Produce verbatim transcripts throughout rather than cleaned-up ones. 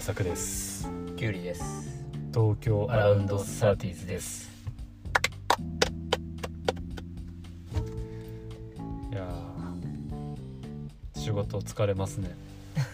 作です。 キュウリです。 東京アラウンドサーティーズです。いやー、仕事疲れますね。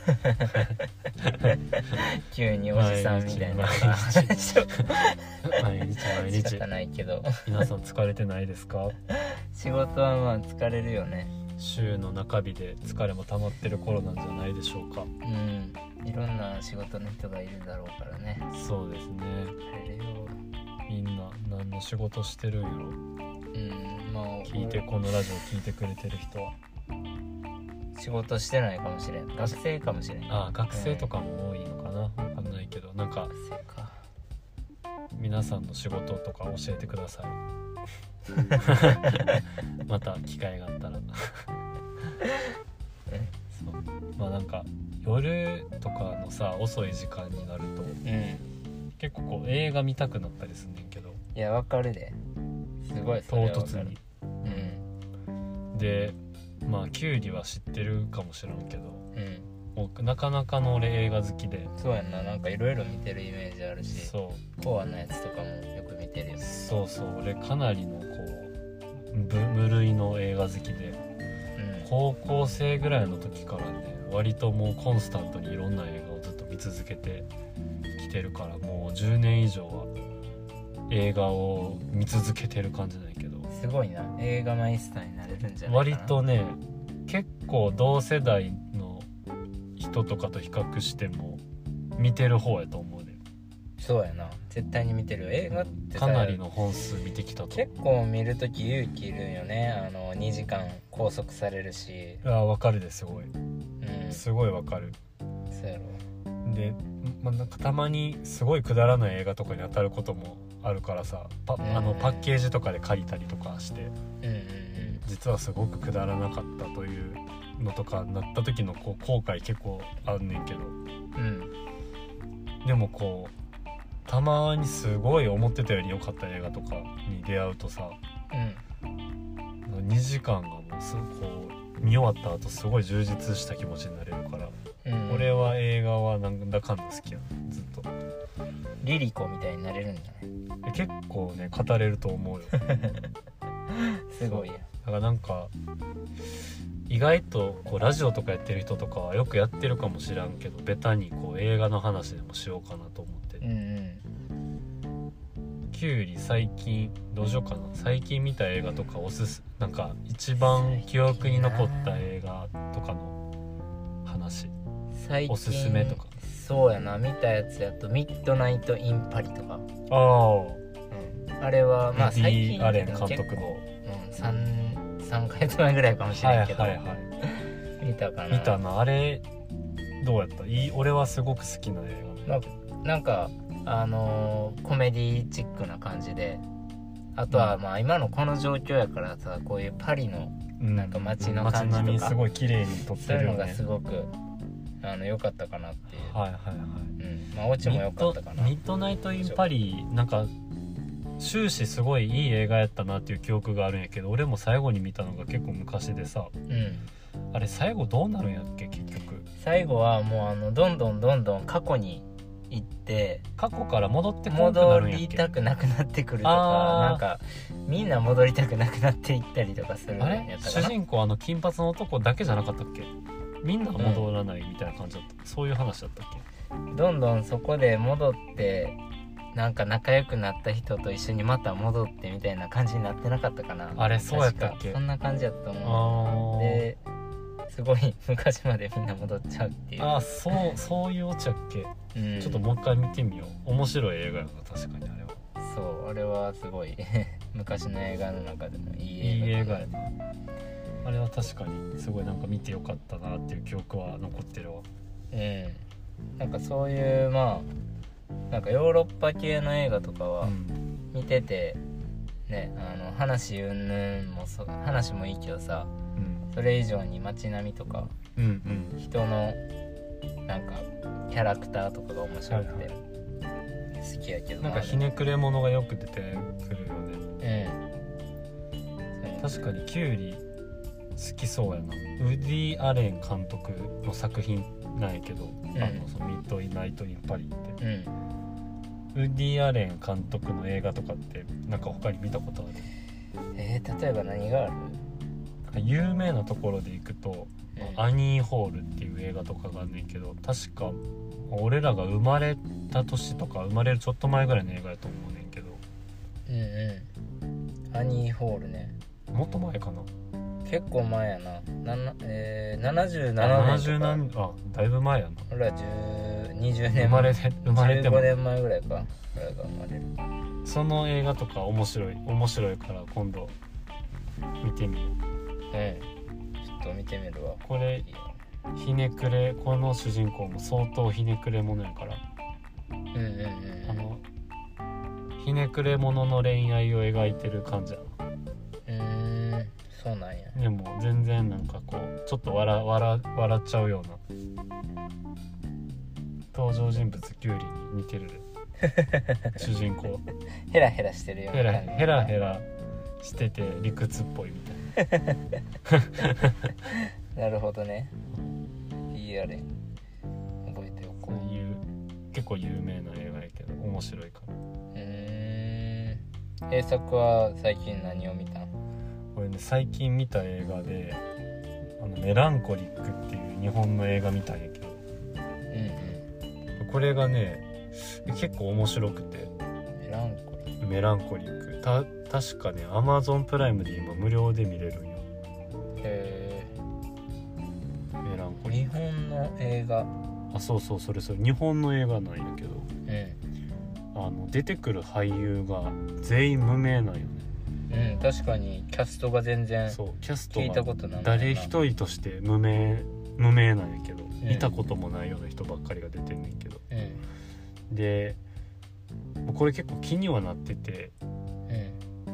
急におじさんみたいな毎日毎日毎日仕方ないけど皆さん疲れてないですか？ 仕事はまあ疲れるよね。 週の中日で疲れも溜まってる頃なんじゃないでしょうか。 うん、いろんな仕事の人がいるだろうからね。 そうですね。 疲れるよ。 みんな何の仕事してるんやろ。 うん、まあ聞いてこのラジオ聞いてくれてる人は仕事してないかもしれん。学生かもしれん。 ああ、学生とかも多いのかな、わかんないけど、なんか学生か。 皆さんの仕事とか教えてください。また機会があったら。そうまあなんか夜とかのさ遅い時間になると、うん、結構こう映画見たくなったりすんねんけど。 いやわかるで。すごい唐突に。うん。でまあキュウリは知ってるかもしれんけど、うん、もうなかなかの俺映画好きで。 そうやんな、なんかいろいろ見てるイメージあるし、 そうコアなやつとかもよく見てるよ。 そうそう、俺かなりのこう無類の映画好きで、うん、高校生ぐらいの時からね割ともうコンスタントにいろんな映画をずっと見続けてきてるから、もうじゅうねん以上は映画を見続けてる感じなんやけど。 すごいな、映画マイスターになれるんじゃないかな。 割とね結構同世代の人とかと比較しても見てる方やと思うね。 そうやな、絶対に見てるよ。映画ってかなりの本数見てきたと。 結構見るとき勇気いるよね。あのにじかん拘束されるし。 あ、分かるですごい、うん、すごい分かる。 そうやろ。 で、まあ、なんかたまにすごいくだらない映画とかに当たることもあるからさ、パ、うん、あのパッケージとかで借りたりとかして、うんうんうん、実はすごくくだらなかったというのとかなった時のこう後悔結構あんねんけど、うん、でもこうたまにすごい思ってたより良かった映画とかに出会うとさ、うん、にじかんがもうすこう見終わった後すごい充実した気持ちになれるから、うん、俺は映画はなんだかんだ好きやな、ずっと。 リリコみたいになれるんじゃない？ 結構ね語れると思うよ。 すごいや。 だからなんか意外とこうラジオとかやってる人とかはよくやってるかもしらんけど、ベタにこう映画の話でもしようかなと思って、うんうん、キュウリ最近どうしようかな、最近見た映画とかおすすなんか一番記憶に残った映画とかの話、最近おすすめとか。 そうやな、見たやつやとミッドナイト・イン・パリとか。 ああ、 うん、あれはまあ最近アレン監督の、 うん、3, 3ヶ月前ぐらいかもしれんけど、はいはいはい、見たかな。 見たな。あれどうやった？いい、俺はすごく好きな映画、ね、 な, なんかあのー、コメディチックな感じで、あとはまあ今のこの状況やからさ、こういうパリのなんか街の感じとか、うん、街並みすごい綺麗に撮ってるよね。 そういうのがすごくあの良かったかなっていう。 はいはいはい。うん、 まあオチも良かったかな。 ミッドナイト・イン・パリなんか終始すごいいい映画やったなっていう記憶があるんやけど、俺も最後に見たのが結構昔でさ、うん、あれ最後どうなるんやっけ結局。 最後はもうあのどんどんどんどん過去に行って過去から戻ってこなくなるんやっけ。 戻りたくなくなってくるとか、なんかみんな戻りたくなくなっていったりとかするんやったかな。 あれ主人公あの金髪の男だけじゃなかったっけ？みんな戻らないみたいな感じだった、うん、そういう話だったっけ？ どんどんそこで戻ってなんか仲良くなった人と一緒にまた戻ってみたいな感じになってなかったかな。 あれそうやったっけ？ そんな感じやったと思う。ですごい昔までみんな戻っちゃうっていう。 ああ、そうそういうオチやっけ、うん、ちょっともう一回見てみよう。面白い映画やな確かにあれは。 そうあれはすごい昔の映画の中でもいい映画。 いい映画やなあれは。確かにすごいなんか見てよかったなっていう記憶は残ってるわ。 うん、なんかそういうまあなんかヨーロッパ系の映画とかは見てて、うん、ね、あの話うんぬんもそ話もいいけどさ、うん、それ以上に街並みとか、うんうん、人のなんかキャラクターとかが面白くて、はいはい、好きやけど、 なんかひねくれ者がよく出てくるよね。うん、確かにキュウリ好きそうやな。ウッディ・アレン監督の作品なんやけど、うん、あのそのミッドナイト・イン・パリって、うん、ウッディ・アレン監督の映画とかってなんか他に見たことある？ えー、例えば何がある？ 有名なところで行くと、うん、アニー・ホールっていう映画とかがあんねんけど、確か俺らが生まれた年とか生まれるちょっと前ぐらいの映画やと思うねんけど。 うんうん。アニー・ホールね。 もっと前かな。 結構前やな。なな、えー、ななじゅうななねんとか。ななじゅう何あ、だいぶ前やな。 俺らにじゅうねん生まれて生まれてもじゅうごねんまえぐらいか。俺らが生まれる。 その映画とか面白い面白いから今度見てみる。 うん。ちょっと見てみるわ。 これひねくれ、この主人公も相当ひねくれ者やから。 うんうんうん。 あのひねくれ者の恋愛を描いてる感じやな。 うーん、そうなんや。 でも全然なんかこうちょっと笑笑笑っちゃうような。登場人物キュウリに似てるで主人公ヘラヘラしてるような感じ。ヘラヘラしてて理屈っぽいみたいななるほどね。いいやれ覚えておこう。 そういう結構有名な映画やけど面白いから。 うーん。映作は最近何を見たん？ これね、最近見た映画であのメランコリックっていう日本の映画見たんやけど、うんうん、これがね結構面白くて。 メランコリックメランコリックた確かね Amazon プライムで今無料で見れるんよ。 へー。メランコリック日本の映画。 あ、そうそう、それそれ日本の映画なんやけど、 うん、 あの出てくる俳優が全員無名なんよね。 うん、確かにキャストが全然そうキャスト聞いたことない。 誰一人として無名無名なんやけど、うん、見たこともないような人ばっかりが出てんねんけど、うん、でこれ結構気にはなってて、うん、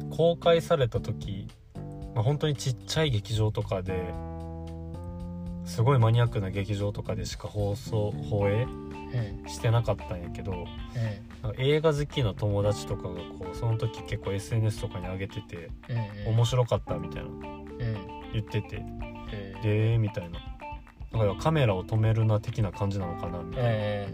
公開された時、まあ、本当にちっちゃい劇場とかですごいマニアックな劇場とかでしか放送放映してなかったんやけど、うん、なんか映画好きな友達とかがこうその時結構 エスエヌエス とかに上げてて、うんうん、面白かったみたいな、うん、言ってて、うん、でみたいな、だからカメラを止めるな的な感じなのかなみたいな、うん、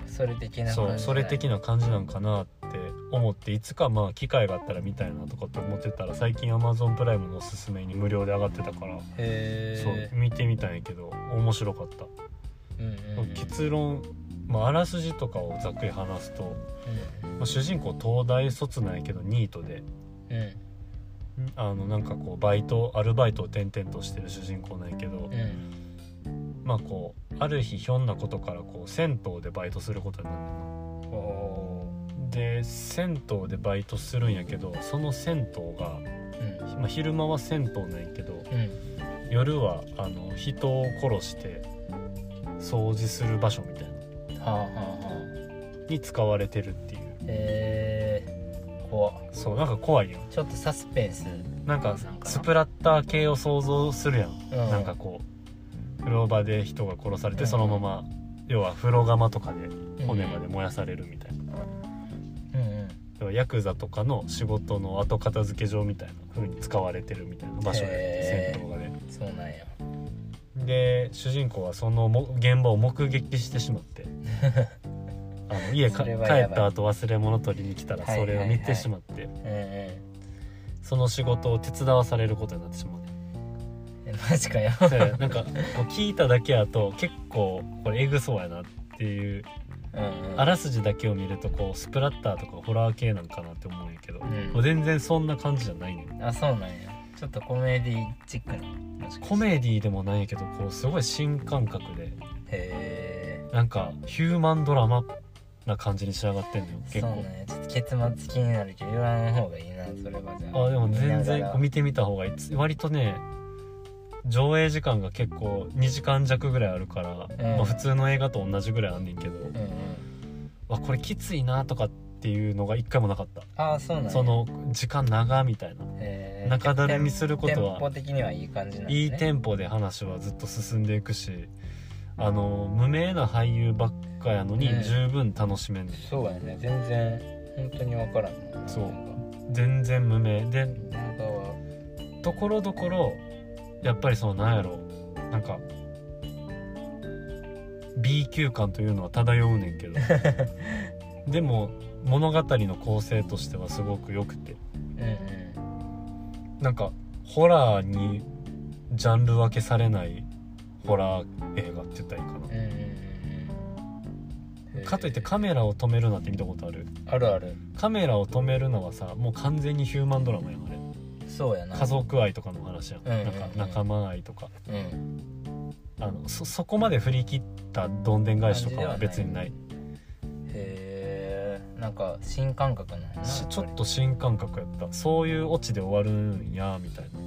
それ的なそうそれ的な感じなのかなって思って、いつかまあ機会があったら見たいなとかって思ってたら、最近 Amazon プライムのおすすめに無料で上がってたから、 へそう見てみたんやけど面白かった、うんうんうん、結論、まあ、あらすじとかをざっくり話すと、うんまあ、主人公東大卒なんやけどニートで、うん、あのなんかこうバイトアルバイトを転々としてる主人公なんやけど、うん、まあこうある日ひょんなことからこう銭湯でバイトすることになるので、銭湯でバイトするんやけど、その銭湯が、うんまあ、昼間は銭湯なんやけど、うん、夜はあの人を殺して掃除する場所みたいな、はあはあはあ、に使われてるっていう。 えー、怖っ。 そうなんか怖いよ。 ちょっとサスペンスなんかスプラッター系を想像するやん、うん、なんかこう風呂場で人が殺されて、うん、そのまま要は風呂釜とかで骨まで燃やされるみたいな、うんうん、ヤクザとかの仕事の後片付け場みたいな風に使われてるみたいな場所で、銭湯がね。 そうなんや。 で主人公はそのも現場を目撃してしまってあの家か帰った後忘れ物取りに来たらそれを見てしまって、はいはいはい、その仕事を手伝わされることになってしまう。 えマジかよなんかこう聞いただけやと結構これエグそうやなっていう、うんうん、あらすじだけを見るとこうスプラッターとかホラー系なんかなって思うんやけど、うん、全然そんな感じじゃないねん。 あ、そうなんや。ちょっとコメディチックな。 コメディでもないんやけどこうすごい新感覚で、 へー、 なんかヒューマンドラマな感じに仕上がってんのよ結構。 そうね、ちょっと結末気になるけど言わん方がいいなそれは。じゃああでも全然見てみた方がいい。割とね上映時間が結構にじかん弱ぐらいあるから、うんまあ、普通の映画と同じぐらいあんねんけど、うんうん、わこれきついなとかっていうのが一回もなかった。 あ、そうなんや。 その時間長みたいな、中だるみすることはテンポ的にはいい感じなんですね。 いいテンポで話はずっと進んでいくし、あの無名な俳優ばっかやのに十分楽しめんね、 うん、そうやね。全然本当に分からん。 そう全然無名でところどころやっぱりそのなんやろなんか B 級感というのは漂うねんけどでも物語の構成としてはすごく良くて、うんうん、なんかホラーにジャンル分けされないホラー映画って言ったらいいかな、うんうん、かといってカメラを止めるなって見たことある？ あるある。 カメラを止めるのはさもう完全にヒューマンドラマやんあれ。 そうやな。 家族愛とかの話やん、うんうんうん、なんか仲間愛とか、うん、あの そ, そこまで振り切ったどんでん返しとかは別にない。 へえ、なんか新感覚なのな。 ちょっと新感覚やった。そういうオチで終わるんやみたいな、うん、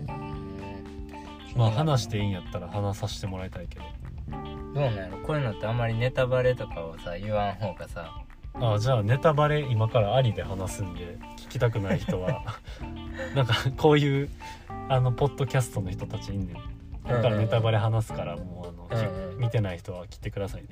まあ話していいんやったら話させてもらいたいけど、 どうなんやろこういうのってあんまりネタバレとかをさ言わん方がさ。 ああ、じゃあネタバレ今からありで話すんで聞きたくない人はなんかこういうあのポッドキャストの人たちいんねん。だからネタバレ話すからもうあの、うんうん、見てない人は切ってくださいね、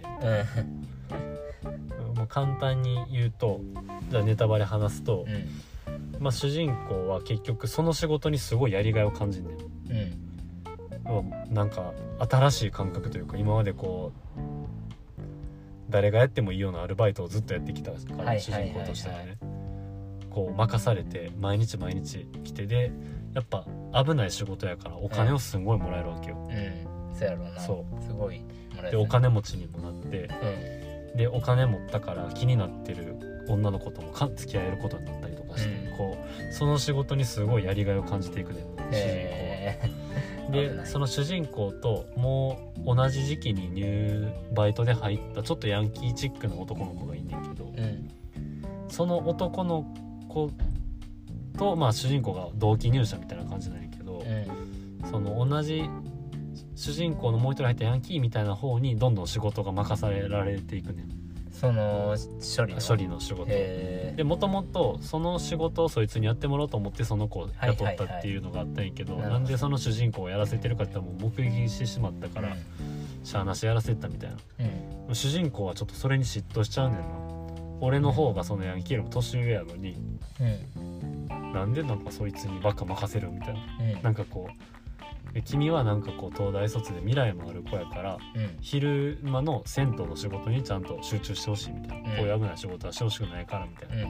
うん、もう簡単に言うと、じゃあネタバレ話すと、うん、まあ主人公は結局その仕事にすごいやりがいを感じんねん、うん、なんか新しい感覚というか、今までこう誰がやってもいいようなアルバイトをずっとやってきたから、はい、主人公としてはね、こう任されて毎日毎日来て、でやっぱ危ない仕事やからお金をすごいもらえるわけよ、うん、 うん、そうやろうな。そうすごいもらえる、 でお金持ちにもなって、うん、でお金持ったから気になってる女の子ともか付き合えることになったりとかして、うん、こうその仕事にすごいやりがいを感じていくね、主人公は。でその主人公ともう同じ時期に入バイトで入ったちょっとヤンキーチックな男の子がいんねんけど、うん、その男の子と、まあ、主人公が同期入社みたいな感じなんやけど、うん、その同じ主人公のもう一人入ったヤンキーみたいな方にどんどん仕事が任されられていくねん。 その処理の処理の仕事で、もともとその仕事をそいつにやってもらおうと思ってその子を雇ったっていうのがあったんやけど、はいはいはい、なんでその主人公をやらせてるかって言ったらもう目撃してしまったから、うん、しゃあなしやらせてたみたいな、うん、主人公はちょっとそれに嫉妬しちゃうねんな。俺の方がそのヤンキーよりも年上やのに、うん、なんでなんかそいつにばっか任せるみたいな、うん、なんかこう君はなんかこう東大卒で未来もある子やから、うん、昼間の銭湯の仕事にちゃんと集中してほしいみたいな、うん、こういう危ない仕事はしてほしくないからみたいな、うん、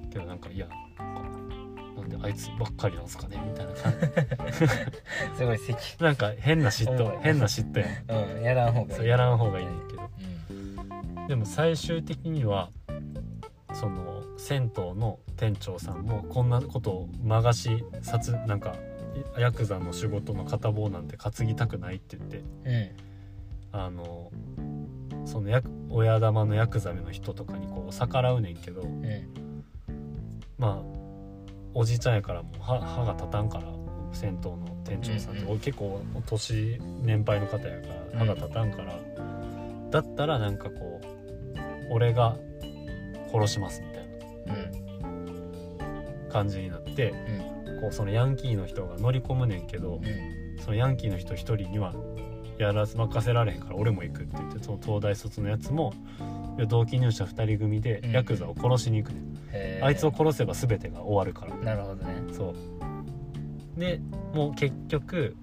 けどなんかいやなんであいつばっかりなんすかねみたいな感じすごい咳なんか変な嫉妬変な嫉妬やん、うん、やらん方がいい、 そうやらん方がいいねんけど、うん、でも最終的にはその銭湯の店長さんもこんなことをまがし殺なんかヤクザの仕事の片棒なんて担ぎたくないって言って、うん、あのそのや親玉のヤクザめの人とかにこう逆らうねんけど、うん、まあおじいちゃんやからもう 歯, 歯が立たんから銭湯の店長さんって、うんうん、結構年年配の方やから歯が立たんから、うん、だったらなんかこう俺が殺しますみたいな感じになって、うん、こうそのヤンキーの人が乗り込むねんけど、うん、そのヤンキーの人一人にはやらず任せられへんから俺も行くって言って、その東大卒のやつも同期入社ふたり組でヤクザを殺しに行くね、うん、あいつを殺せば全てが終わるから。 なるほどね。 そうでもう結局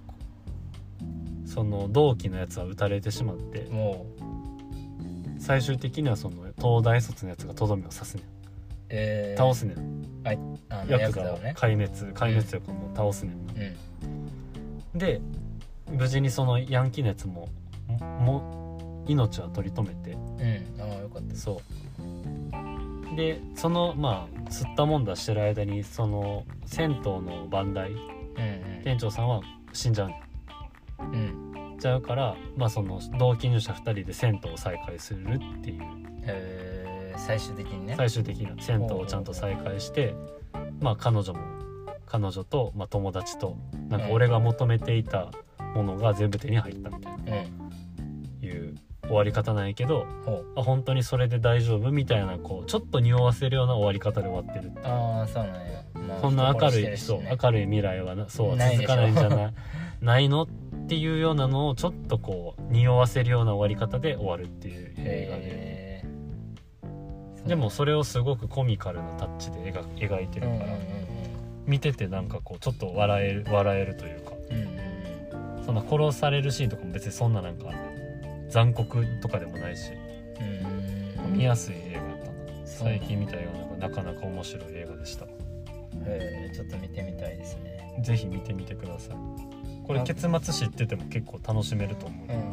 その同期のやつは撃たれてしまって、もう最終的にはその東大卒のやつがとどめを刺すねん、えー、倒すねん、 はい、あのヤクザを壊滅壊滅というかもう倒すねんな、うん、で無事にそのヤンキーのやつもも命は取り留めて、 うん、ああよかった。 そうでそのまあ吸ったもんだしてる間にその銭湯の番台、うんうん、店長さんは死んじゃうねん、うん、ちゃうから、まあ、その同期入社ふたりで銭湯を再開するっていう、 へー、最終的にね最終的な銭湯をちゃんと再開して、まあ彼女も彼女と、まあ、友達となんか俺が求めていたものが全部手に入ったみたいな、うん、いう終わり方なんやけど、あ本当にそれで大丈夫みたいなこうちょっと匂わせるような終わり方で終わってる。 ああそうなんや、 まあ、こんな明るい、ね、そう明るい未来はなそう続かないんじゃないないのっていうようなのをちょっとこう匂わせるような終わり方で終わるっていう映画で、でもそれをすごくコミカルなタッチで 描, 描いてるから、うんうんうん、 見ててなんかこうちょっと笑える笑えるというか、うんうん、そんな殺されるシーンとかも別にそんななんか残酷とかでもないし、うん、見やすい映画だったな。最近見た映画がなかなか面白い映画でした。 へー、ちょっと見てみたいですね。 ぜひ見てみてください。これ結末知ってても結構楽しめると思う、うん、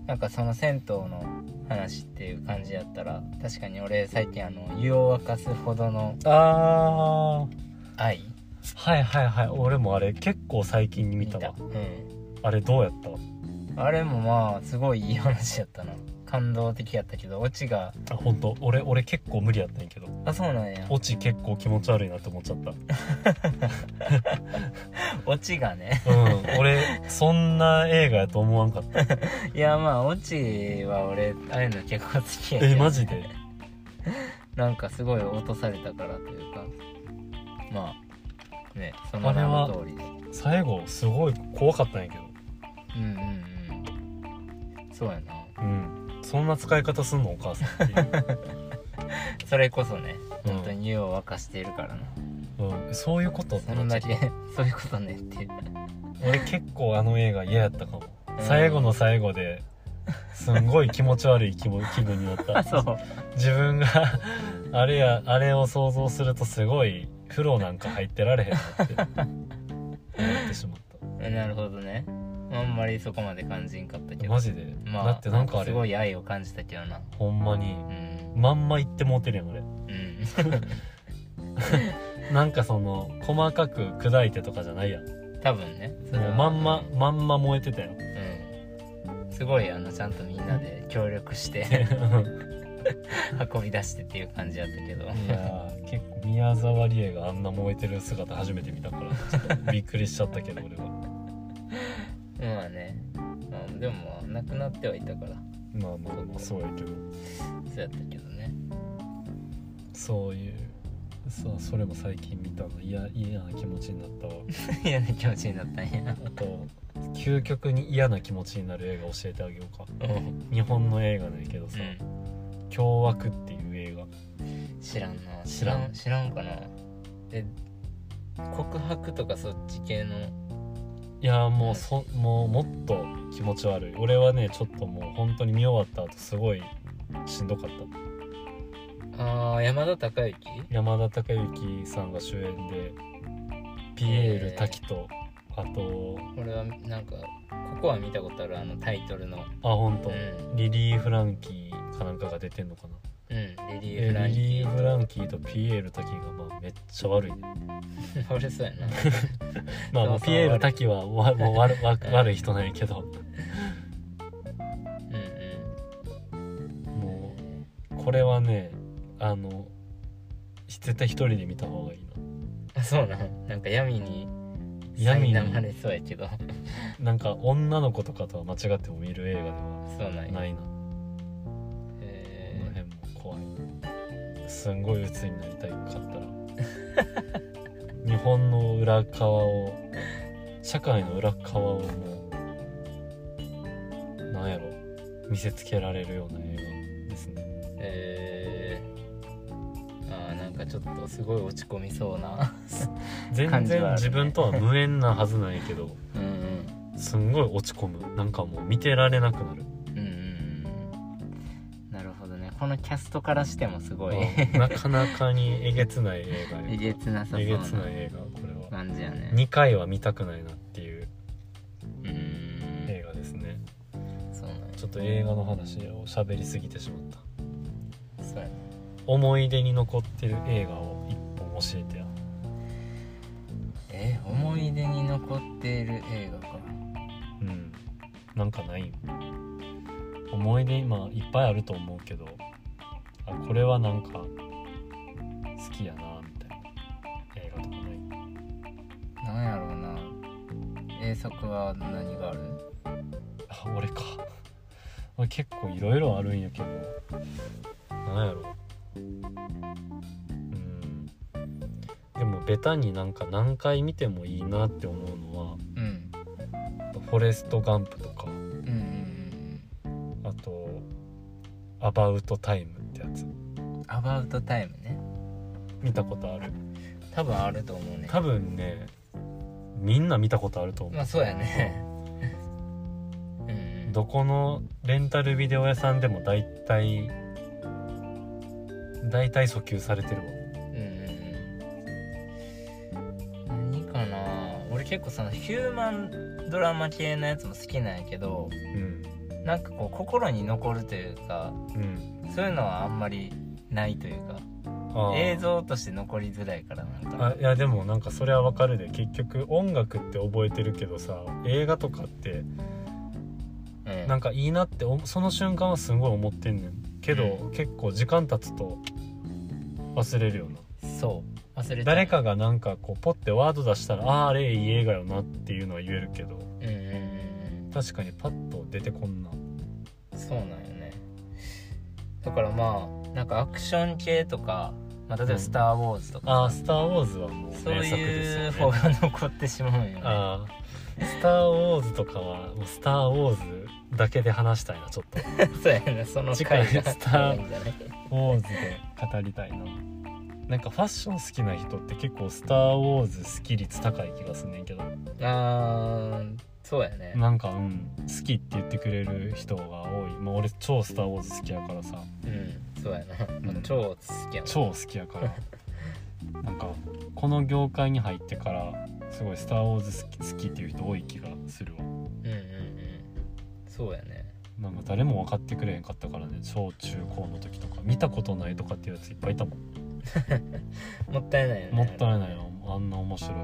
なんかその銭湯の話っていう感じやったら確かに俺最近あの湯を沸かすほどのあ愛、 はいはいはい、俺もあれ結構最近に見たわ。 見た、うん、 あれどうやった？ あれもまあすごいいい話やったな。感動的やったけどオチが、 あ、本当俺俺結構無理やったんやけど。 あ、そうなんや。 オチ結構気持ち悪いなって思っちゃったオチがねうん、俺そんな映画やと思わんかったいやまあオチは俺ああいうの結構好きやけど、 えマジでなんかすごい落とされたからというか、まあね、その名の通りで最後すごい怖かったんやけど。 うんうんうん、そうやな。 うん、そんな使い方すんのお母さんっていうそれこそね、本当に湯を沸かしているからな。 うん、そういうことそんだけそういうことねって俺結構あの映画嫌やったかも、うん、最後の最後ですんごい気持ち悪い気分になったそう自分があれやあれを想像するとすごい風呂なんか入ってられへんなって思ってしまったなるほどね。あんまりそこまで感じんかったけどマジで、まあ、だってなんかあれすごい愛を感じたけどな。 ほんまに、うん、まんま言ってもうてるやん俺、うん、なんかその細かく砕いてとかじゃないやん多分ね。 もうまんままんま燃えてたよ、 うん、すごいあのちゃんとみんなで協力して運び出してっていう感じやったけど、いや結構宮沢りえがあんな燃えてる姿初めて見たからちょっとびっくりしちゃったけど俺はまあね、まあ、でも亡くなってはいたからまあまあまあそうやけどそうやったけどね。 そういうさあそれも最近見たの嫌嫌な気持ちになったわ嫌な気持ちになったんや。 あと究極に嫌な気持ちになる映画教えてあげようか日本の映画なんやけどさ、うん、凶悪っていう映画知らんな。知らん知らんかな。え告白とかそっち系の。 いやもうそもうもっと気持ち悪い。俺はねちょっともう本当に見終わった後すごいしんどかった。 あー山田孝之山田孝之さんが主演でピエール滝と、えー、あと俺はなんかここは見たことあるあのタイトルのあ本当、うん、リリー・フランキーかなんかが出てんのかな。 うんリリー・フランキー、 リリー・フランキーとピエール滝がまあめっちゃ悪いね俺そうやなまあもうピエール滝はわもう悪悪い人なんやけどうんうんもうこれはねあの絶対一人で見た方がいいな。 あそうななんか闇に闇に流れそうやけどなんか女の子とかとは間違っても見る映画ではないな。すんごい鬱になりたいかったら日本の裏側を社会の裏側をもうなんやろ見せつけられるような映画ですね。 えー、あーなんかちょっとすごい落ち込みそうな全然自分とは無縁なはずなんやけどうん、うん、すんごい落ち込む。なんかもう見てられなくなる。 このキャストからしてもすごいなかなかにえげつない映画えげつなさそうなえげつない映画これは感じやね。 にかいは見たくないなっていううーん映画ですね。そうなんちょっと映画の話を喋りすぎてしまった。そうやね。思い出に残ってる映画を一本教えてや。 え思い出に残っている映画か。 うんなんかないん思い出今いっぱいあると思うけどあこれはなんか好きやなみたいな映画とかない？ なんやろうな。栄作は何がある？ あ俺か俺結構いろいろあるんやけどなんやろうんでもベタになんか何回見てもいいなって思うのは、うん、フォレストガンプとか、うんうんうん、あとアバウトタイムってやつ。 アバウトタイムね。 見たことある？ 多分あると思うね。 多分ねみんな見たことあると思う。 まあそうやねうん、 どこのレンタルビデオ屋さんでも大体大体訴求されてるわ。 うん、何かな、俺結構そのヒューマンドラマ系のやつも好きなんやけど、うん、なんかこう心に残るというか、うん、そういうのはあんまりないというか、映像として残りづらいからなんか。 あ、いやでもなんかそれはわかるで、結局音楽って覚えてるけどさ、映画とかって、うん、なんかいいなってその瞬間はすごい思ってんねんけど、うん、結構時間経つと忘れるよな。 そう忘れた。 誰かがなんかこうポッてワード出したら、あああれいい映画よなっていうのは言えるけど、うんうんうん、確かにパッと出てこんな。 そうなんよね。だからまあなんかアクション系とか、まあ、例えばスター・ウォーズとか、うん、 あスター・ウォーズはもう名作ですよね。そういう方が残ってしまうんよね。 あスター・ウォーズとかはもうスター・ウォーズだけで話したいなちょっとそうやね、その回でスター・ウォーズで語りたいな。なんかファッション好きな人って結構スター・ウォーズ好き率高い気がすんねんけど。 あーそうやね。 なんかうん好きって言ってくれる人が多い。まあ俺超スター・ウォーズ好きやからさ。 うんそうやな、うん、超好きやもん。 超好きやからなんかこの業界に入ってからすごいスター・ウォーズ好き、好きっていう人多い気がするわ。うんうんうんそうやね。 なんか誰も分かってくれへんかったからね、小中高の時とか。見たことないとかっていうやついっぱいいたもんもったいないよね。 もったいないよ、あんな面白い。うん、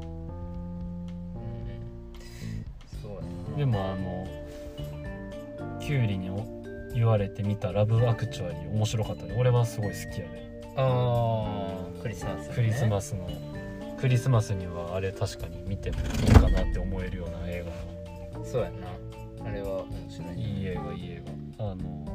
そうやな。 でもあのキュウリに言われてみたラブアクチュアリー面白かったね。俺はすごい好きやで。 ああクリスマス、ね、 クリスマスのクリスマスにはあれ確かに見てもいいかなって思えるような映画の。 そうやな、あれは面白い。 いい映画いい映画。あの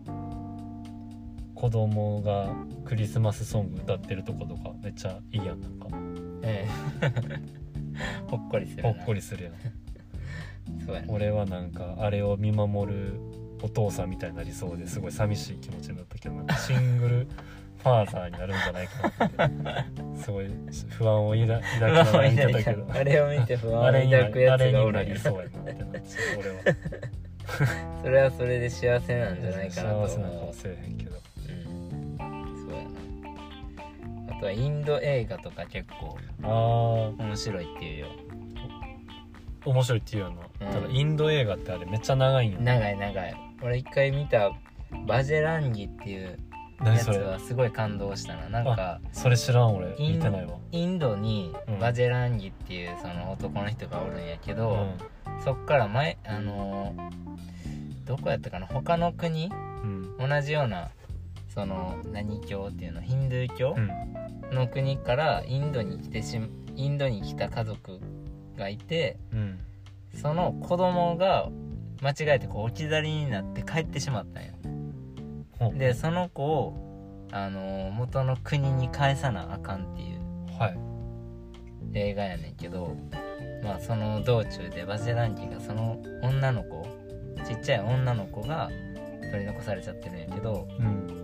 子供がクリスマスソング歌ってるとことかめっちゃいいやん。なんかええほっこりするな。 ほっこりするやんそうやね。 俺はなんかあれを見守るお父さんみたいになりそうですごい寂しい気持ちになったけど、なんかシングルファーザーになるんじゃないかなってすごい不安を抱きながら見てたけどあれを見て不安を抱くやつがおるんや。 あれになりそうやなってなって俺はそれはそれで幸せなんじゃないかなと思う。 幸せなかもしれへんけど、 うんそうやな。あとはインド映画とか結構あ面白いっていうよ。 面白いっていうよな、うん、ただインド映画ってあれめっちゃ長いんよ。 長い長い。俺一回見たバジェランギっていうやつはすごい感動したな。なんかそれ知らん、俺見てないわ。 インドにバジェランギっていうその男の人がおるんやけど、うん、そっから前あのー、どこやったかな、他の国、うん、同じようなその何教っていうの、ヒンドゥー教、うん、の国からインドに来てしインドに来た家族がいて、うん、その子供が間違えてこう置き去りになって帰ってしまったんや。でその子を、あのー、元の国に返さなあかんっていう映画やねんけど、まあその道中でバジェランギがその女の子、ちっちゃい女の子が取り残されちゃってるんやけど、うん、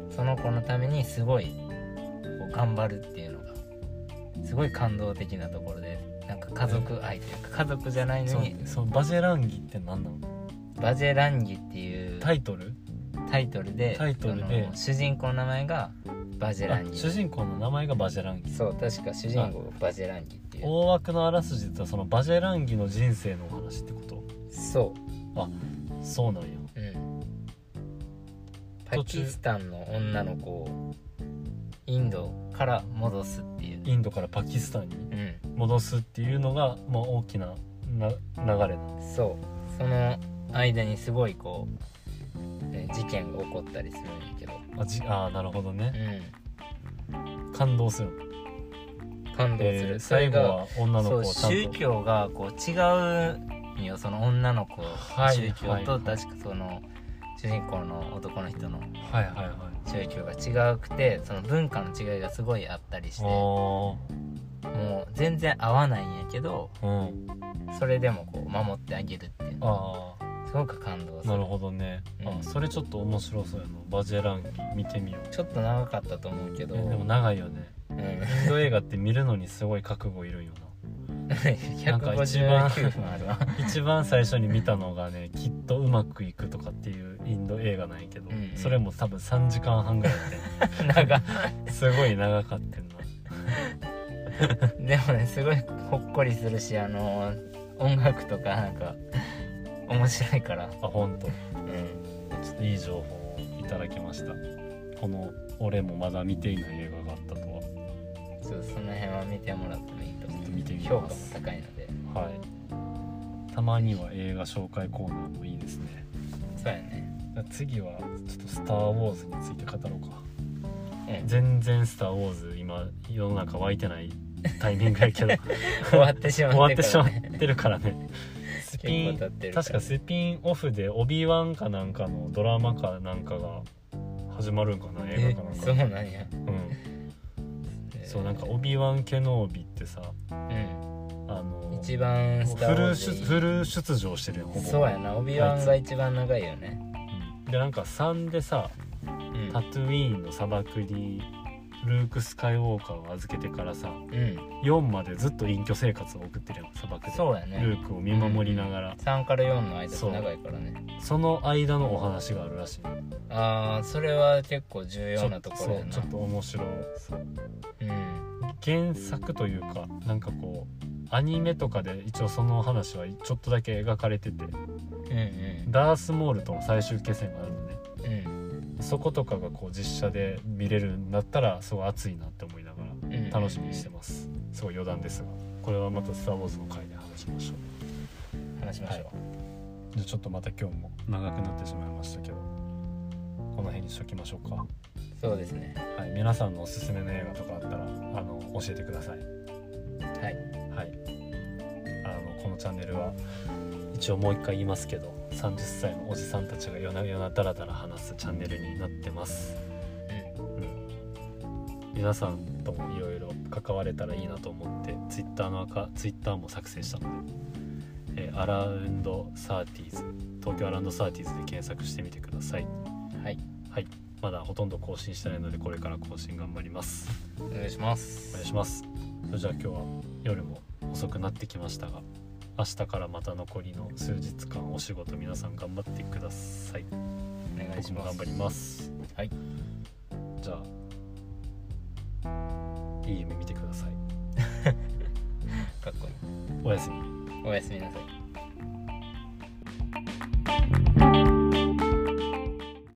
その子のためにすごいこう頑張るっていうのがすごい感動的なところで、なんか家族愛というか、家族じゃないのに、 そのバジェランギって何なの？ バジェランギっていうタイトルタイトルでタイトルで主人公の名前がバジェランギ。 主人公の名前がバジェランギ。 そう、確か主人公がバジェランギっていう。 大枠のあらすじってそのバジェランギの人生のお話ってこと？ そう。 あ、そうなんや。うん。 パキスタンの女の子をインドから戻すっていう。 インドからパキスタンに戻すっていうのが、まあ、大きなな流れなんです。 そう。その間にすごいこう、ね、事件が起こったりするんやけど。 あじあなるほどね。うん。感動する。 感動する。 えー、最後は女の子をちゃんと。 そう、宗教がこう違うんよ。その女の子、はい、宗教と、はい、確かその主人公の男の人の宗教が違くて、その文化の違いがすごいあったりして、もう全然合わないんやけど、うん、それでもこう守ってあげるっていうのすごく感動する。 なるほどね、うん、あそれちょっと面白そうやな。バジェランギ見てみよう。 ちょっと長かったと思うけど、 でも長いよね。 インド映画って見るのにすごい覚悟いるんよなひゃくごじゅうきゅうふんあるわ一番最初に見たのがねきっとうまくいくとかっていうインド映画なんやけど、うんうん、それも多分さんじかんはんぐらいで長すごい長かってんなでもねすごいほっこりするし、あの音楽とかなんか面白いから。 あ、ほんと、うん、ちょっといい情報をいただきました。この俺もまだ見ていない映画があったとは。 そう、その辺は見てもらってもいいと思う。 見てみます。 評価も高いので。 はい。たまには映画紹介コーナーもいいですね。 そうやね。 次はちょっとスターウォーズについて語ろうか。 うん、 全然スターウォーズ今世の中湧いてないタイミングやけど終わってしまって、ね、 終わってしまってるからね。スピン結構経ってるから確かスピンオフでオビワンかなんかのドラマかなんかが始まるんかな、映画かなんか。 そうなんや。 うん。そう、なんかオビワンケノービってさ、 うん、 あの一番スターウォーズフル出場してるよ、ほぼ。 そうやな、オビワンが一番長いよね。 うん、でなんかさんでさ、うん、タトゥイーンの砂漠にルーク・スカイウォーカーを預けてからさ、 うん、 よんまでずっと隠居生活を送ってるよ、砂漠で。 そうやね、 ルークを見守りながら、うん、 さんからよんの間って長いからね。 そ, その間のお話があるらしい。 あー、それは結構重要なところやな。 そう、ちょっと面白い。そう、 うん、 原作というかなんかこうアニメとかで一応その話はちょっとだけ描かれてて、 うんうん、 ダースモールとの最終決戦があるのね、 うん、 そことかがこう実写で見れるんだったらすごい熱いなって思いながら楽しみにしてます、うんうんうん、すごい余談ですが、これはまたスターウォーズの回で話しましょう話しましょう、はい、 じゃあちょっとまた今日も長くなってしまいましたけどこの辺にしときましょうか。 そうですね、 はい、皆さんのおすすめの映画とかあったらあの教えてください。 はい、 はい、あのこのチャンネルは一応もう一回言いますけどさんじゅっさいのおじさんたちが夜な夜なだらだら話すチャンネルになってます、うんうん、皆さんともいろいろ関われたらいいなと思ってツイッターのアカツイッターも作成したので、えー、アラウンドサーティーズ東京アラウンドサーティーズで検索してみてください。 はい、 はい、まだほとんど更新してないのでこれから更新頑張ります。 お願いしますお願いします。じゃあ今日は夜も遅くなってきましたが明日からまた残りの数日間お仕事皆さん頑張ってください。 お願いします。 僕も頑張ります。 はい、 じゃあいい夢見てくださいかっこいい。 おやすみ。 おやすみなさい。